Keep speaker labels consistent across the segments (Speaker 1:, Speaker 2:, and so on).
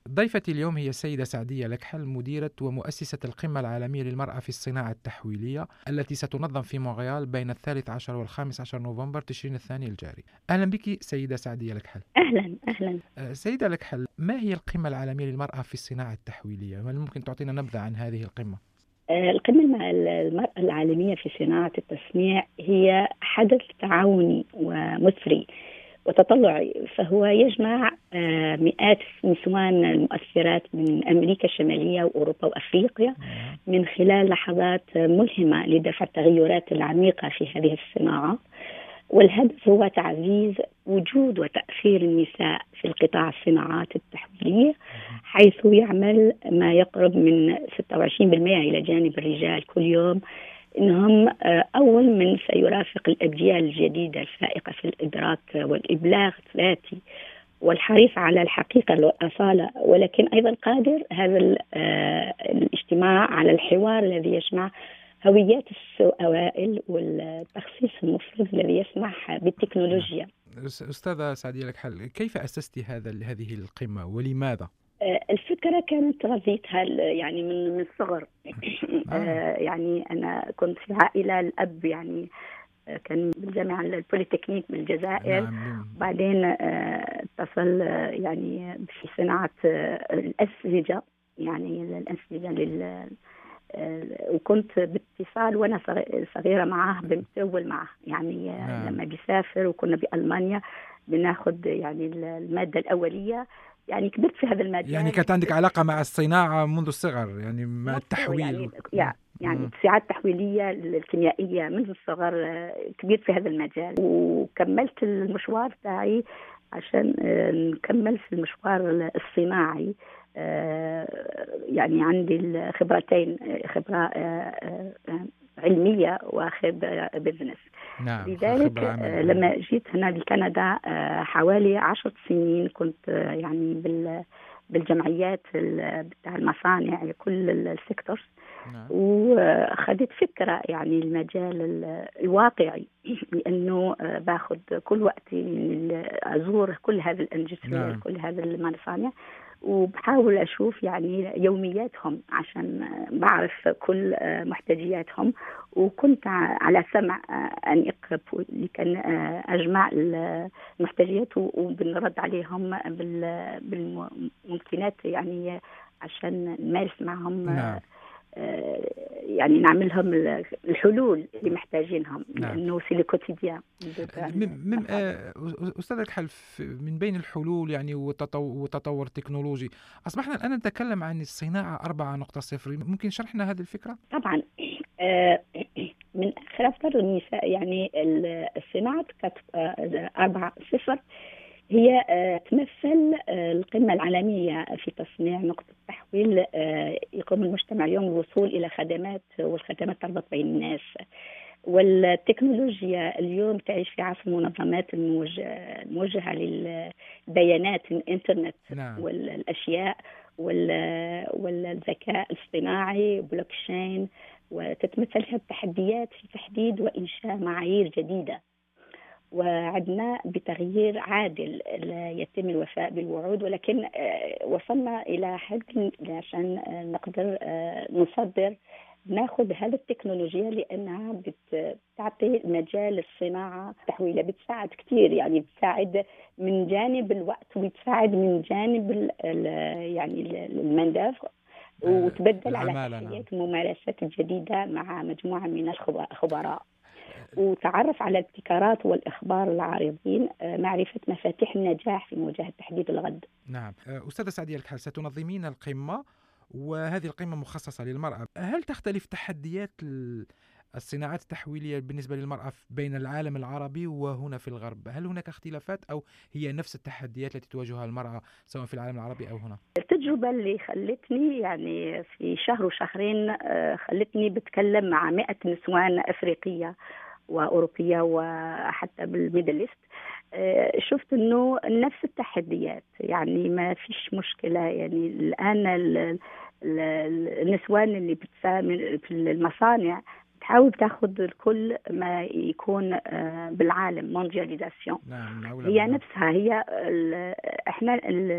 Speaker 1: ضيفتي اليوم هي السيدة سعدية لكحل، مديرة ومؤسسة القمة العالمية للمرأة في الصناعة التحويلية التي ستنظم في مونريال بين 13 و15 نوفمبر تشرين الثاني الجاري. أهلا بك سيدة سعدية لكحل.
Speaker 2: أهلا أهلا.
Speaker 1: سيدة لكحل، ما هي القمة العالمية للمرأة في الصناعة التحويلية؟ هل ممكن تعطينا نبذة عن هذه القمة؟
Speaker 2: القمة المرأة العالمية في صناعة التصنيع هي حدث تعاوني ومثري وتطلعي، فهو يجمع مئات النسوان المؤثرات من أمريكا الشمالية وأوروبا وأفريقيا من خلال لحظات ملهمة لدفع التغيرات العميقة في هذه الصناعة. والهدف هو تعزيز وجود وتأثير النساء في القطاع الصناعات التحويلية، حيث يعمل ما يقرب من 26% إلى جانب الرجال كل يوم. إنهم أول من سيرافق الأجيال الجديدة الفائقة في الإدراك والإبلاغ الذاتي والحريص على الحقيقة والأصالة، ولكن أيضا قادر هذا الاجتماع على الحوار الذي يجمع هويات الأوائل والتخصيص المفرط الذي يسمح بالتكنولوجيا.
Speaker 1: أستاذة سعدية لكحل، كيف أسست هذه القمة ولماذا؟
Speaker 2: الفكرة كانت غزيتها يعني من الصغر. يعني أنا كنت في عائلة، الأب يعني كان بالجامعة البوليتكنيك بالجزائر.
Speaker 1: نعم.
Speaker 2: بعدين اتصل يعني في صناعة الأسلجة، يعني الأسلجة وكنت باتصال وأنا صغيرة معاه، بمتول معه يعني. لما بيسافر وكنا بألمانيا بناخد يعني المادة الأولية، يعني كبرت في هذا المجال.
Speaker 1: يعني كانت عندك علاقة مع الصناعة منذ الصغر، يعني مع التحويل
Speaker 2: يعني الساعات التحويلية الكيميائية منذ الصغر. كبرت في هذا المجال وكملت المشوار تاعي عشان نكمل في المشوار الصناعي. يعني عندي الخبرتين، خبرة علمية وخبرة بزنس.
Speaker 1: نعم.
Speaker 2: لذلك لما جيت هنا بكندا حوالي 10 سنين كنت يعني بالجمعيات بتاع المصانع كل السيكتورز.
Speaker 1: نعم.
Speaker 2: وأخذت فكرة يعني المجال الواقعي، لأنه باخذ كل وقتي أزور كل هذه الأندستريال، كل هذه المصانع، وبحاول أشوف يعني يومياتهم عشان بعرف كل محتاجياتهم. وكنت على سمع أنيق لكن أجمع المحتاجيات وبنرد عليهم بالممكنات، يعني عشان نمارس معهم. يعني نعملهم الحلول اللي محتاجينهم. لأنه في الكوتيديان.
Speaker 1: أستاذ لكحل، من بين الحلول يعني وتطور تكنولوجي، أصبحنا الآن نتكلم عن الصناعة 4.0. ممكن شرحنا هذه الفكرة؟
Speaker 2: طبعا. من آخر أفكار النساء يعني الصناعة 4.0 هي تمثل القمة العالمية في تصنيع نقطة تحويل. يقوم المجتمع اليوم الوصول إلى خدمات، والخدمات تربط بين الناس. والتكنولوجيا اليوم تعيش في عصر المنظمات الموجهة للبيانات، الإنترنت والأشياء والذكاء الاصطناعي بلوكشين، وتتمثل التحديات في تحديد وإنشاء معايير جديدة. وعدنا بتغيير عادل لا يتم الوفاء بالوعود، ولكن وصلنا إلى حد عشان نقدر نصدر، ناخذ هذه التكنولوجيا لأنها بتعطي مجال الصناعة التحويلية، بتساعد كثير. يعني بتساعد من جانب الوقت، وبتساعد من جانب يعني المندف، وتبدل على تحليات الممارسات الجديدة مع مجموعة من الخبراء، وتعرف على الابتكارات والإخبار العارضين، معرفة مفاتيح النجاح في مواجهة تحديد الغد.
Speaker 1: نعم. أستاذة سعدية لكحل، ستنظمين القمة، وهذه القمة مخصصة للمرأة. هل تختلف تحديات الصناعات التحويلية بالنسبة للمرأة بين العالم العربي وهنا في الغرب؟ هل هناك اختلافات أو هي نفس التحديات التي تواجهها المرأة سواء في العالم العربي أو هنا؟
Speaker 2: التجربة اللي خلتني يعني في شهر وشهرين خلتني بتكلم مع 100 نسوان أفريقية وأوروبية وحتى بالميدلست. شفت إنه نفس التحديات، يعني ما فيش مشكلة. يعني الآن النسوان اللي في المصانع تحاول تاخذ كل ما يكون بالعالم موندياليزاسيون.
Speaker 1: نعم
Speaker 2: هي نفسها هي احنا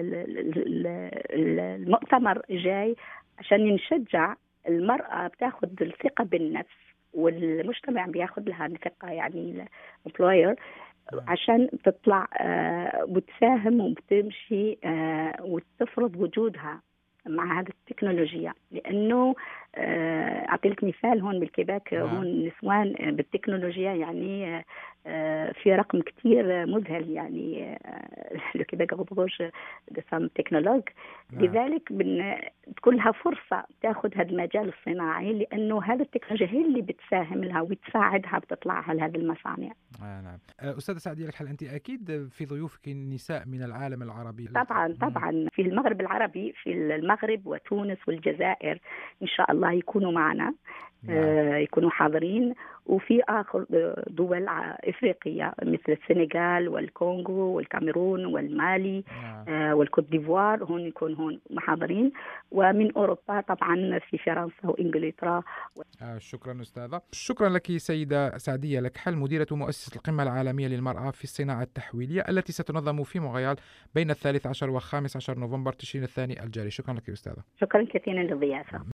Speaker 2: المؤتمر جاي عشان نشجع المرأة بتاخذ الثقة بالنفس، والمجتمع بياخذ لها الثقة يعني الامبلوير عشان تطلع وتساهم وبتمشي وتفرض وجودها مع هذه التكنولوجيا. لأنه أعطي لك مثال هون بالكيباك، هون النسوان بالتكنولوجيا يعني في رقم كتير مذهل، يعني الكيباك غبغوش دسام تكنولوج. لذلك كلها فرصة تأخذ هذا المجال الصناعي، لأنه هذا التكنولوجيا هي اللي بتساهم لها وتساعدها بتطلعها لهذه المصانع.
Speaker 1: نعم. أستاذة سعدية الكحل، أنت أكيد في ضيوفك نساء من العالم العربي.
Speaker 2: طبعا في المغرب العربي، في المغرب وتونس والجزائر إن شاء الله يكونوا معنا. يكونوا حاضرين. وفي آخر دول إفريقية مثل السنغال والكونغو والكاميرون والمالي والكوت ديفوار، هون يكون هون محاضرين. ومن أوروبا طبعا في فرنسا وإنجلترا.
Speaker 1: شكرا أستاذة. شكرا لك سيدة سعدية الكحل، مديرة مؤسسة القمة العالمية للمرأة في الصناعة التحويلية التي ستنظم في مونريال بين 13 و15 نوفمبر تشرين الثاني الجاري. شكرا لك أستاذة.
Speaker 2: شكرا كثيرا للضيافة.